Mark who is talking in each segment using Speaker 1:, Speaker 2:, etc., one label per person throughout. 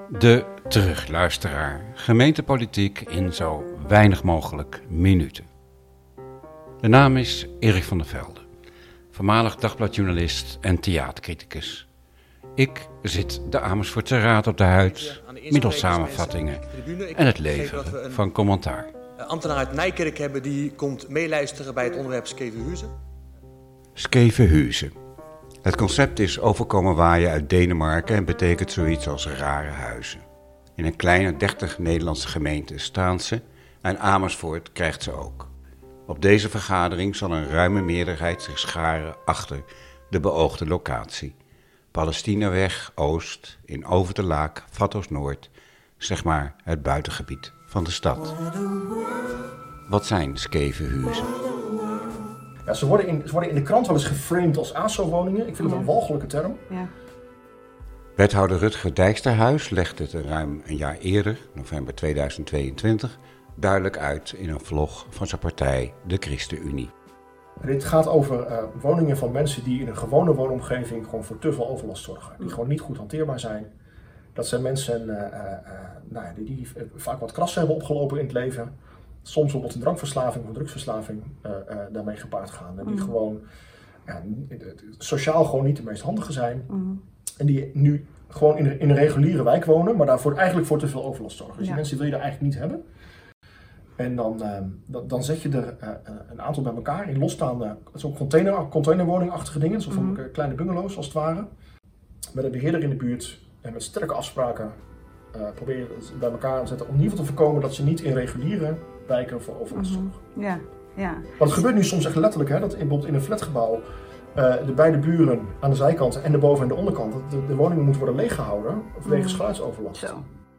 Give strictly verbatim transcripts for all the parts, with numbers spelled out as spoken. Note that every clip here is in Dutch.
Speaker 1: De terugluisteraar. Gemeentepolitiek in zo weinig mogelijk minuten. De naam is Erik van der Velde, voormalig dagbladjournalist en theatercriticus. Ik zit de Amersfoortse Raad op de huid, middels samenvattingen en het leveren van commentaar.
Speaker 2: Een ambtenaar uit Nijkerk hebben die komt meeluisteren bij het onderwerp Skevehuizen.
Speaker 1: Skevehuizen. Het concept is overkomen waaien uit Denemarken en betekent zoiets als rare huizen. In een kleine dertig Nederlandse gemeenten staan ze en Amersfoort krijgt ze ook. Op deze vergadering zal een ruime meerderheid zich scharen achter de beoogde locatie. Palestinaweg Oost, in Over de Laak, Vathorst Noord, zeg maar het buitengebied van de stad. Wat zijn Skevehuizen?
Speaker 3: Ja, ze, worden in, ze worden in de krant wel eens geframed als A S O-woningen. Ik vind het een walgelijke term.
Speaker 4: Ja.
Speaker 1: Wethouder Rutger Dijksterhuis legde het ruim een jaar eerder, november tweeduizend tweeëntwintig, duidelijk uit in een vlog van zijn partij, de ChristenUnie.
Speaker 3: Dit gaat over uh, woningen van mensen die in een gewone woonomgeving gewoon voor te veel overlast zorgen. Die gewoon niet goed hanteerbaar zijn. Dat zijn mensen uh, uh, uh, nou ja, die, die vaak wat krassen hebben opgelopen in het leven. Soms bijvoorbeeld een drankverslaving of een drugsverslaving uh, uh, daarmee gepaard gaan. En die mm. gewoon ja, sociaal gewoon niet de meest handige zijn. Mm. En die nu gewoon in, in een reguliere wijk wonen, maar daarvoor eigenlijk voor te veel overlast zorgen. Dus ja. Die mensen wil je daar eigenlijk niet hebben. En dan, uh, dan, dan zet je er uh, een aantal bij elkaar in losstaande, zo'n container, containerwoningachtige dingen, zo van mm. kleine bungalows als het ware. Met een beheerder in de buurt en met sterke afspraken uh, probeer je het bij elkaar te zetten om in ieder geval te voorkomen dat ze niet in reguliere wijken voor overlast zorgen.
Speaker 4: Mm-hmm. Ja, ja.
Speaker 3: Want het gebeurt nu soms echt letterlijk, hè, dat in, bijvoorbeeld in een flatgebouw uh, de beide buren aan de zijkant en de boven- en de onderkant, dat de, de woningen moeten worden leeggehouden vanwege mm. geluidsoverlast.
Speaker 4: Zo.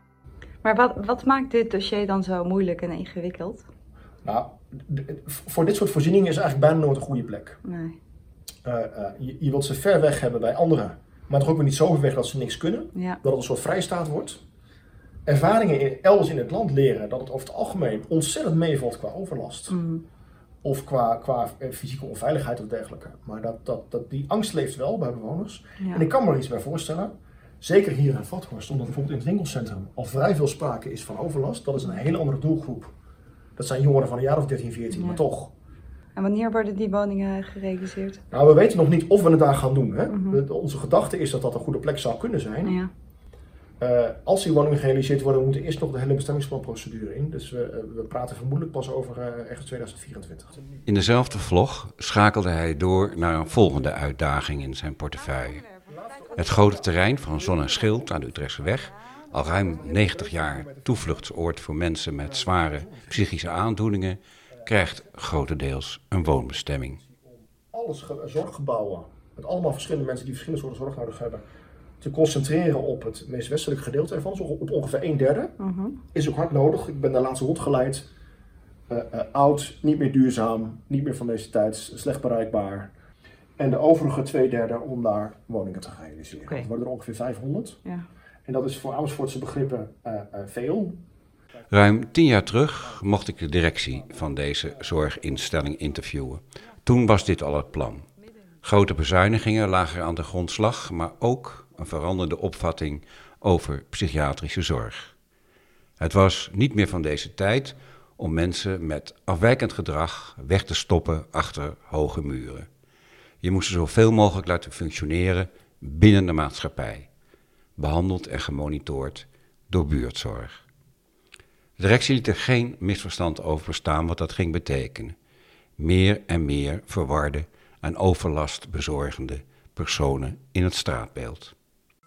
Speaker 4: Maar wat, wat maakt dit dossier dan zo moeilijk en ingewikkeld?
Speaker 3: Nou, de, voor dit soort voorzieningen is eigenlijk bijna nooit een goede plek.
Speaker 4: Nee.
Speaker 3: Uh, uh, je, je wilt ze ver weg hebben bij anderen, maar toch ook weer niet zo ver weg dat ze niks kunnen.
Speaker 4: Ja.
Speaker 3: Dat het een soort vrijstaat wordt. Ervaringen in, elders in het land leren dat het over het algemeen ontzettend meevalt qua overlast. Mm. Of qua, qua fysieke onveiligheid of dergelijke. Maar dat, dat, dat, die angst leeft wel bij bewoners. Ja. En ik kan me er iets bij voorstellen. Zeker hier in Vathorst, omdat bijvoorbeeld in het winkelcentrum al vrij veel sprake is van overlast. Dat is een hele andere doelgroep. Dat zijn jongeren van een jaar of dertien, veertien, ja. Maar toch.
Speaker 4: En wanneer worden die woningen gerealiseerd?
Speaker 3: Nou, we weten nog niet of we het daar gaan doen. Hè? Mm-hmm. Onze gedachte is dat dat een goede plek zou kunnen zijn.
Speaker 4: Ja.
Speaker 3: Uh, als die woningen gerealiseerd worden, we moeten eerst nog de hele bestemmingsplanprocedure in. Dus we, uh, we praten vermoedelijk pas over uh, ergens tweeduizend vierentwintig.
Speaker 1: In dezelfde vlog schakelde hij door naar een volgende uitdaging in zijn portefeuille. Het grote terrein van Zon en Schild aan de Utrechtseweg, al ruim negentig jaar toevluchtsoord voor mensen met zware psychische aandoeningen, krijgt grotendeels een woonbestemming.
Speaker 3: Alle zorggebouwen, met allemaal verschillende mensen die verschillende soorten zorg nodig hebben, te concentreren op het meest westelijke gedeelte ervan, op ongeveer een derde, uh-huh. Is ook hard nodig. Ik ben daar laatst rondgeleid. Uh, uh, oud, niet meer duurzaam, niet meer van deze tijd, slecht bereikbaar. En de overige twee derde om daar woningen te realiseren. Okay. Dat worden er ongeveer vijfhonderd. Ja. En dat is voor Amersfoortse begrippen uh, uh, veel.
Speaker 1: Ruim tien jaar terug mocht ik de directie van deze zorginstelling interviewen. Toen was dit al het plan. Grote bezuinigingen lagen aan de grondslag, maar ook een veranderde opvatting over psychiatrische zorg. Het was niet meer van deze tijd om mensen met afwijkend gedrag weg te stoppen achter hoge muren. Je moest ze zoveel mogelijk laten functioneren binnen de maatschappij, behandeld en gemonitord door buurtzorg. De directie liet er geen misverstand over bestaan wat dat ging betekenen. Meer en meer verwarde en overlast bezorgende personen in het straatbeeld.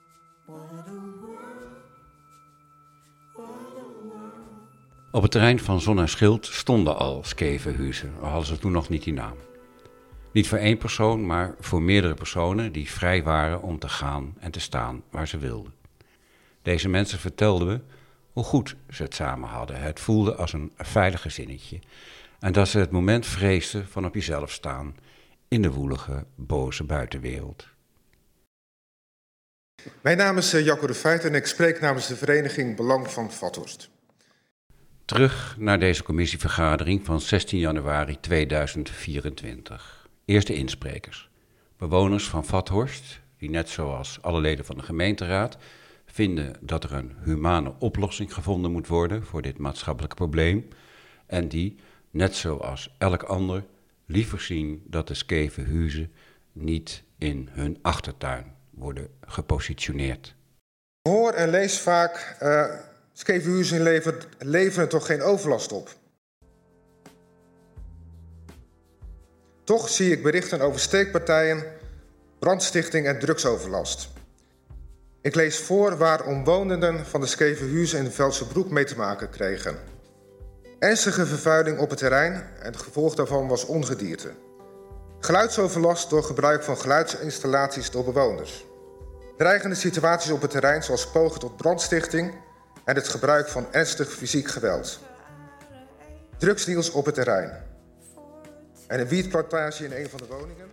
Speaker 1: Op het terrein van Zon en Schild stonden al Skevehuizen, al hadden ze toen nog niet die naam. Niet voor één persoon, maar voor meerdere personen die vrij waren om te gaan en te staan waar ze wilden. Deze mensen vertelden me hoe goed ze het samen hadden. Het voelde als een veilig gezinnetje. En dat ze het moment vreesden van op jezelf staan in de woelige, boze buitenwereld.
Speaker 5: Mijn naam is Jacco de Feit en ik spreek namens de vereniging Belang van Vathorst.
Speaker 1: Terug naar deze commissievergadering van zestien januari tweeduizend vierentwintig. Eerste insprekers. Bewoners van Vathorst, die net zoals alle leden van de gemeenteraad vinden dat er een humane oplossing gevonden moet worden voor dit maatschappelijke probleem en die, net zoals elk ander, liever zien dat de skeve huizen niet in hun achtertuin worden gepositioneerd.
Speaker 5: Ik hoor en lees vaak, uh, skeve huizen leveren, leveren toch geen overlast op. Toch zie ik berichten over steekpartijen, brandstichting en drugsoverlast. Ik lees voor waar omwonenden van de skeve huizen in de Veldsebroek mee te maken kregen. Ernstige vervuiling op het terrein en het gevolg daarvan was ongedierte. Geluidsoverlast door gebruik van geluidsinstallaties door bewoners. Dreigende situaties op het terrein zoals pogen tot brandstichting en het gebruik van ernstig fysiek geweld. Drugsdeals op het terrein. En een wietplantage in een van de woningen.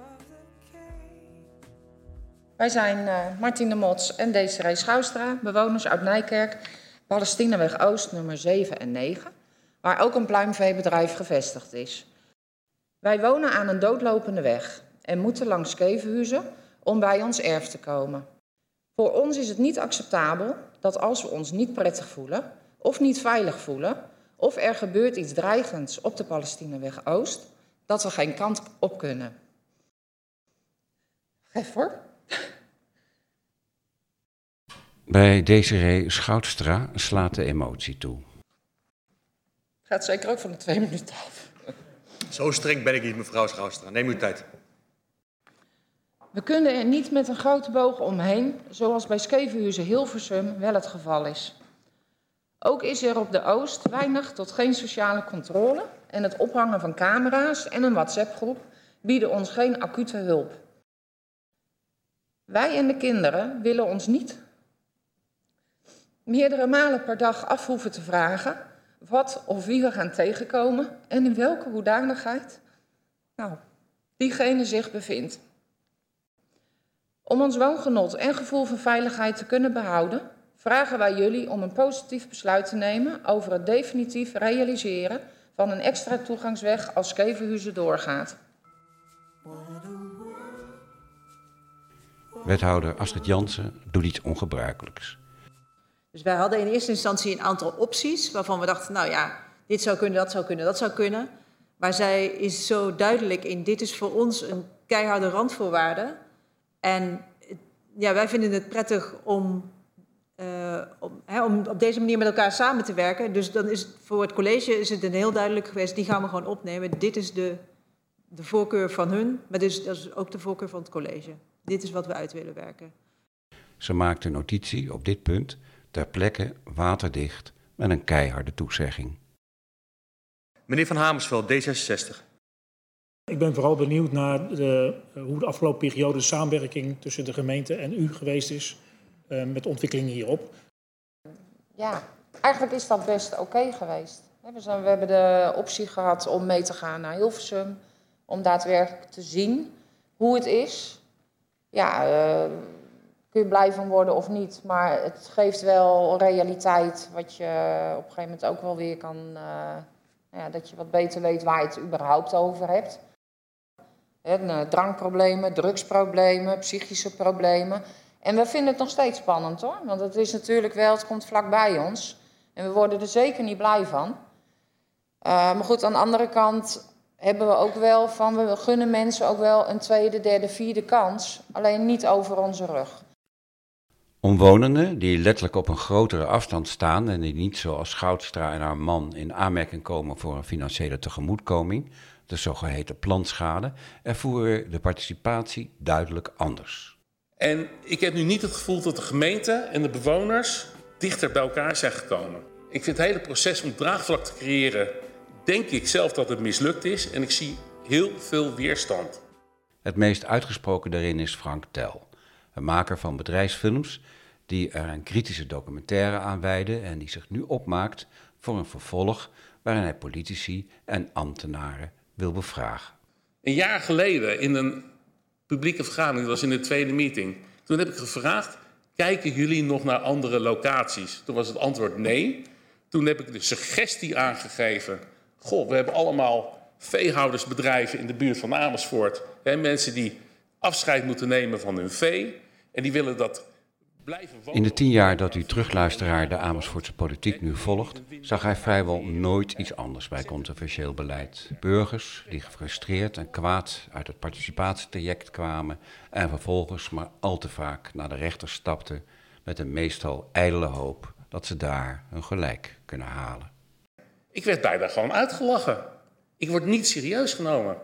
Speaker 6: Wij zijn uh, Martin de Mots en Desiree Schouwstra, bewoners uit Nijkerk, Palestinaweg Oost nummer zeven en negen, waar ook een pluimveebedrijf gevestigd is. Wij wonen aan een doodlopende weg en moeten langs skevenhuizen om bij ons erf te komen. Voor ons is het niet acceptabel dat als we ons niet prettig voelen of niet veilig voelen of er gebeurt iets dreigends op de Palestinaweg Oost, dat we geen kant op kunnen. Geef hoor.
Speaker 1: Bij Desiree Schouwstra slaat de emotie toe.
Speaker 6: Gaat zeker ook van de twee minuten af.
Speaker 2: Zo streng ben ik niet, mevrouw Schouwstra. Neem uw tijd.
Speaker 6: We kunnen er niet met een grote boog omheen, zoals bij Skevenhuizen Hilversum wel het geval is. Ook is er op de Oost weinig tot geen sociale controle en het ophangen van camera's en een WhatsApp-groep bieden ons geen acute hulp. Wij en de kinderen willen ons niet meerdere malen per dag af hoeven te vragen wat of wie we gaan tegenkomen en in welke hoedanigheid nou, diegene zich bevindt. Om ons woongenot en gevoel van veiligheid te kunnen behouden, vragen wij jullie om een positief besluit te nemen over het definitief realiseren van een extra toegangsweg als Skevenhuizen doorgaat.
Speaker 1: Wethouder Astrid Jansen doet iets ongebruikelijks.
Speaker 7: Dus wij hadden in eerste instantie een aantal opties waarvan we dachten, nou ja, dit zou kunnen, dat zou kunnen, dat zou kunnen. Maar zij is zo duidelijk in, dit is voor ons een keiharde randvoorwaarde. En ja, wij vinden het prettig om, uh, om, hè, om op deze manier met elkaar samen te werken. Dus dan is het voor het college is het een heel duidelijk geweest, die gaan we gewoon opnemen. Dit is de, de voorkeur van hun, maar dus, dat is ook de voorkeur van het college. Dit is wat we uit willen werken.
Speaker 1: Ze maakte notitie op dit punt ter plekke waterdicht met een keiharde toezegging.
Speaker 2: Meneer Van Hamersveld, D zesenzestig.
Speaker 8: Ik ben vooral benieuwd naar de, hoe de afgelopen periode de samenwerking tussen de gemeente en u geweest is uh, met de ontwikkelingen hierop.
Speaker 6: Ja, eigenlijk is dat best oké okay geweest. We, zijn, we hebben de optie gehad om mee te gaan naar Hilversum, om daadwerkelijk te zien hoe het is. Ja, uh, kun je blij van worden of niet, maar het geeft wel realiteit wat je op een gegeven moment ook wel weer kan, uh, ja, dat je wat beter weet waar je het überhaupt over hebt. En, uh, drankproblemen, drugsproblemen, psychische problemen. En we vinden het nog steeds spannend hoor, want het is natuurlijk wel, het komt vlakbij ons. En we worden er zeker niet blij van. Uh, maar goed, aan de andere kant hebben we ook wel van, we gunnen mensen ook wel een tweede, derde, vierde kans. Alleen niet over onze rug.
Speaker 1: Omwonenden die letterlijk op een grotere afstand staan en die niet zoals Schouwstra en haar man in aanmerking komen voor een financiële tegemoetkoming, de zogeheten plantschade, ervoeren de participatie duidelijk anders.
Speaker 9: En ik heb nu niet het gevoel dat de gemeente en de bewoners dichter bij elkaar zijn gekomen. Ik vind het hele proces om draagvlak te creëren, denk ik zelf dat het mislukt is en ik zie heel veel weerstand.
Speaker 1: Het meest uitgesproken daarin is Frank Tel, een maker van bedrijfsfilms die er een kritische documentaire aan wijde en die zich nu opmaakt voor een vervolg waarin hij politici en ambtenaren wil bevragen.
Speaker 9: Een jaar geleden in een publieke vergadering, dat was in de tweede meeting, toen heb ik gevraagd, kijken jullie nog naar andere locaties? Toen was het antwoord nee. Toen heb ik de suggestie aangegeven, goh, we hebben allemaal veehoudersbedrijven in de buurt van Amersfoort. Hè, mensen die afscheid moeten nemen van hun vee. En die willen dat
Speaker 1: In de tien jaar dat uw terugluisteraar de Amersfoortse politiek nu volgt, zag hij vrijwel nooit iets anders bij controversieel beleid. Burgers die gefrustreerd en kwaad uit het participatietraject kwamen en vervolgens maar al te vaak naar de rechter stapten met een meestal ijdele hoop dat ze daar hun gelijk kunnen halen.
Speaker 9: Ik werd bijna gewoon uitgelachen. Ik word niet serieus genomen.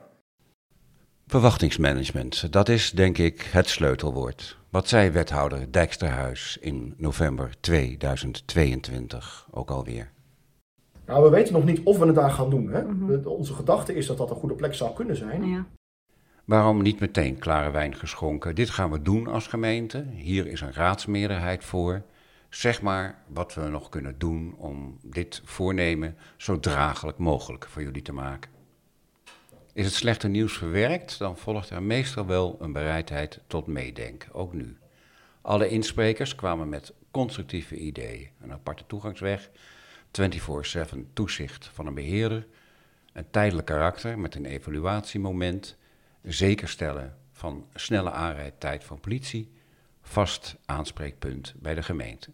Speaker 1: Verwachtingsmanagement, dat is denk ik het sleutelwoord. Wat zei wethouder Dijksterhuis in november tweeduizend tweeëntwintig ook alweer?
Speaker 3: Nou, we weten nog niet of we het daar gaan doen. Hè? Mm-hmm. Onze gedachte is dat dat een goede plek zou kunnen zijn.
Speaker 4: Ja.
Speaker 1: Waarom niet meteen klare wijn geschonken? Dit gaan we doen als gemeente. Hier is een raadsmeerderheid voor. Zeg maar wat we nog kunnen doen om dit voornemen zo draaglijk mogelijk voor jullie te maken. Is het slechte nieuws verwerkt, dan volgt er meestal wel een bereidheid tot meedenken, ook nu. Alle insprekers kwamen met constructieve ideeën. Een aparte toegangsweg, vierentwintig zeven toezicht van een beheerder, een tijdelijk karakter met een evaluatiemoment, zekerstellen van snelle aanrijdtijd van politie, vast aanspreekpunt bij de gemeente.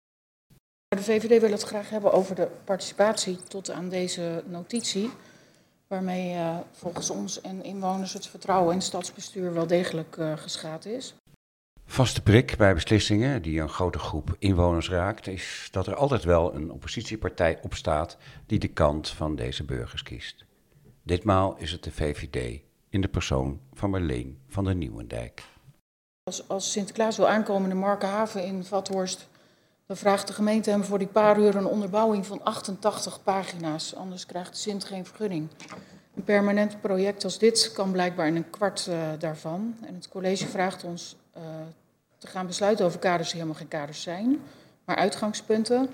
Speaker 6: De V V D wil het graag hebben over de participatie tot aan deze notitie, waarmee uh, volgens ons en inwoners het vertrouwen in het stadsbestuur wel degelijk uh, geschaad is.
Speaker 1: Vaste prik bij beslissingen die een grote groep inwoners raakt, is dat er altijd wel een oppositiepartij opstaat die de kant van deze burgers kiest. Ditmaal is het de V V D in de persoon van Marleen van der Nieuwendijk.
Speaker 6: Als, als Sinterklaas wil aankomen in Markenhaven in Vathorst, dan vraagt de gemeente hem voor die paar uur een onderbouwing van achtentachtig pagina's. Anders krijgt de Sint geen vergunning. Een permanent project als dit kan blijkbaar in een kwart uh, daarvan. En het college vraagt ons uh, te gaan besluiten over kaders die helemaal geen kaders zijn, maar uitgangspunten.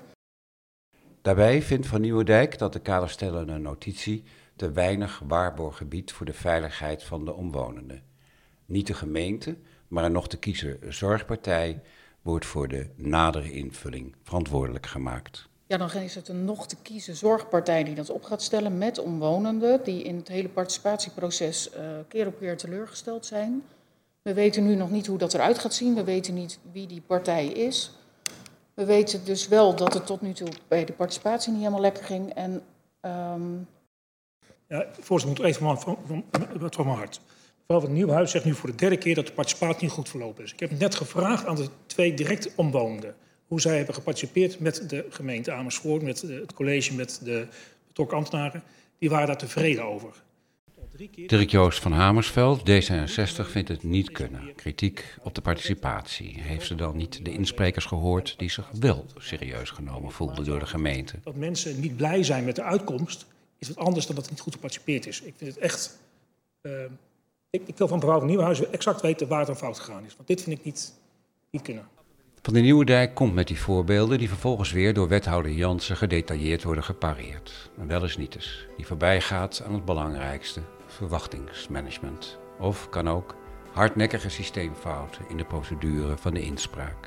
Speaker 1: Daarbij vindt Van Nieuwendijk dat de kaderstellende notitie te weinig waarborgen biedt voor de veiligheid van de omwonenden. Niet de gemeente, maar een nog te kiezen zorgpartij wordt voor de nadere invulling verantwoordelijk gemaakt.
Speaker 6: Ja, dan is het een nog te kiezen zorgpartij die dat op gaat stellen met omwonenden die in het hele participatieproces uh, keer op keer teleurgesteld zijn. We weten nu nog niet hoe dat eruit gaat zien. We weten niet wie die partij is. We weten dus wel dat het tot nu toe bij de participatie niet helemaal lekker ging. En, um...
Speaker 8: ja, voorzitter, moet even van, van, van, van mijn hart. Mevrouw van Nieuwhuis zegt nu voor de derde keer dat de participatie niet goed verlopen is. Ik heb net gevraagd aan de twee direct omwonenden hoe zij hebben geparticipeerd met de gemeente Amersfoort, met de, het college, met de betrokken ambtenaren. Die waren daar tevreden over.
Speaker 1: Dirk Joost van Hamersveld, D zesenzestig, vindt het niet kunnen. Kritiek op de participatie. Heeft ze dan niet de insprekers gehoord die zich wel serieus genomen voelden door de gemeente?
Speaker 8: Dat mensen niet blij zijn met de uitkomst is wat anders dan dat het niet goed geparticipeerd is. Ik vind het echt... Uh, ik, ik wil van mevrouw van Nieuwhuis exact weten waar het aan fout gegaan is. Want dit vind ik niet, niet kunnen.
Speaker 1: Van der Nieuwendijk komt met die voorbeelden die vervolgens weer door wethouder Jansen gedetailleerd worden gepareerd. En wel eens niet eens. Die voorbij gaat aan het belangrijkste, verwachtingsmanagement. Of kan ook hardnekkige systeemfouten in de procedure van de inspraak.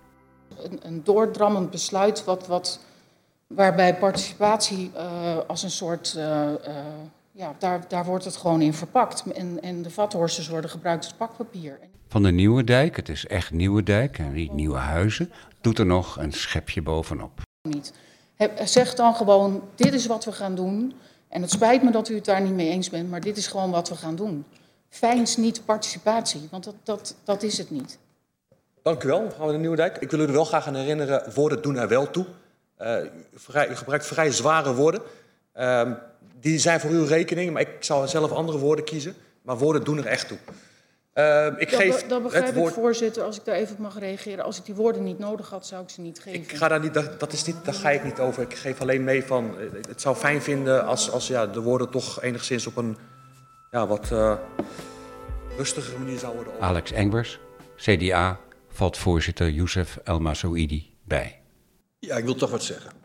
Speaker 6: Een, een doordrammend besluit wat, wat, waarbij participatie uh, als een soort... Uh, uh, ja, daar, daar wordt het gewoon in verpakt. En, en de vathorsters worden gebruikt als pakpapier.
Speaker 1: Van de Nieuwendijk, het is echt Nieuwendijk en niet Nieuwenhuizen, doet er nog een schepje bovenop.
Speaker 6: Niet. Zeg dan gewoon, dit is wat we gaan doen. En het spijt me dat u het daar niet mee eens bent, maar dit is gewoon wat we gaan doen. Veins niet participatie, want dat, dat, dat is het niet.
Speaker 2: Dank u wel, mevrouw de Nieuwendijk. Ik wil u er wel graag aan herinneren, woorden doen er wel toe. Uh, vrij, u gebruikt vrij zware woorden. Uh, die zijn voor uw rekening, maar ik zou zelf andere woorden kiezen. Maar woorden doen er echt toe. Uh, ik
Speaker 6: dat,
Speaker 2: geef
Speaker 6: dat begrijp
Speaker 2: het woord...
Speaker 6: ik, voorzitter, als ik daar even op mag reageren. Als ik die woorden niet nodig had, zou ik ze niet geven.
Speaker 2: Ik ga daar, niet, dat, dat is niet, daar ga ik niet over. Ik geef alleen mee van... Het zou fijn vinden als, als ja, de woorden toch enigszins op een ja, wat uh, rustigere manier zouden worden.
Speaker 1: Alex Engbers, C D A, valt voorzitter Youssef El Masouidi bij.
Speaker 10: Ja, ik wil toch wat zeggen.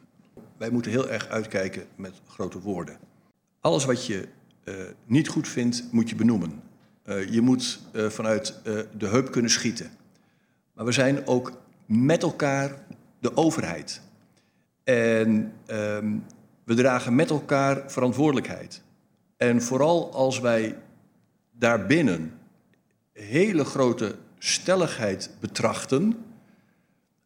Speaker 10: Wij moeten heel erg uitkijken met grote woorden. Alles wat je uh, niet goed vindt, moet je benoemen. Uh, je moet uh, vanuit uh, de heup kunnen schieten. Maar we zijn ook met elkaar de overheid. En uh, we dragen met elkaar verantwoordelijkheid. En vooral als wij daarbinnen hele grote stelligheid betrachten,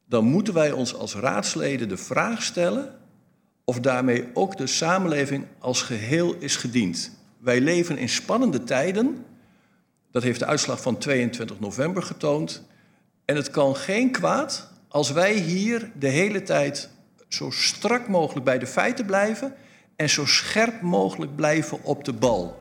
Speaker 10: dan moeten wij ons als raadsleden de vraag stellen of daarmee ook de samenleving als geheel is gediend. Wij leven in spannende tijden. Dat heeft de uitslag van tweeëntwintig november getoond. En het kan geen kwaad als wij hier de hele tijd zo strak mogelijk bij de feiten blijven en zo scherp mogelijk blijven op de bal.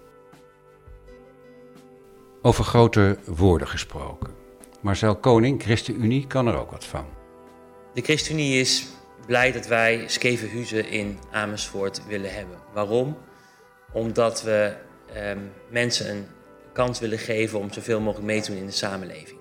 Speaker 1: Over grote woorden gesproken. Marcel Koning, ChristenUnie, kan er ook wat van.
Speaker 11: De ChristenUnie is blij dat wij Schevehuizen in Amersfoort willen hebben. Waarom? Omdat we eh, mensen een kans willen geven om zoveel mogelijk mee te doen in de samenleving.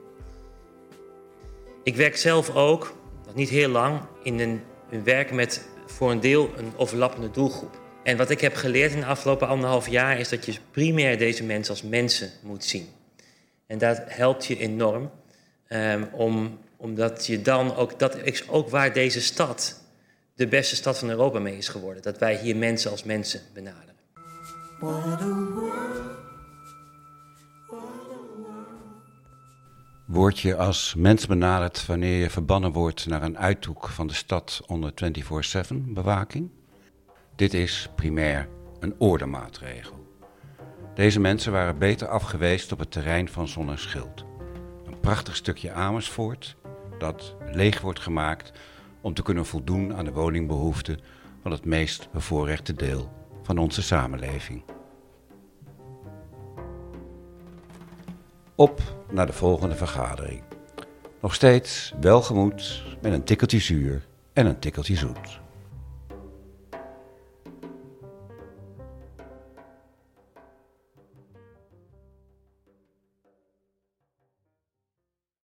Speaker 11: Ik werk zelf ook, nog niet heel lang, in een, een werk met voor een deel een overlappende doelgroep. En wat ik heb geleerd in de afgelopen anderhalf jaar is dat je primair deze mensen als mensen moet zien. En dat helpt je enorm, um, om, omdat je dan ook, dat is ook waar deze stad de beste stad van Europa mee is geworden. Dat wij hier mensen als mensen benaderen.
Speaker 1: Word je als mens benaderd wanneer je verbannen wordt naar een uithoek van de stad onder vierentwintig zeven bewaking? Dit is primair een ordemaatregel. Deze mensen waren beter afgeweest op het terrein van Zon en Schild. Een prachtig stukje Amersfoort dat leeg wordt gemaakt om te kunnen voldoen aan de woningbehoeften van het meest bevoorrechte deel van onze samenleving. Op naar de volgende vergadering. Nog steeds welgemoed met een tikkeltje zuur en een tikkeltje zoet.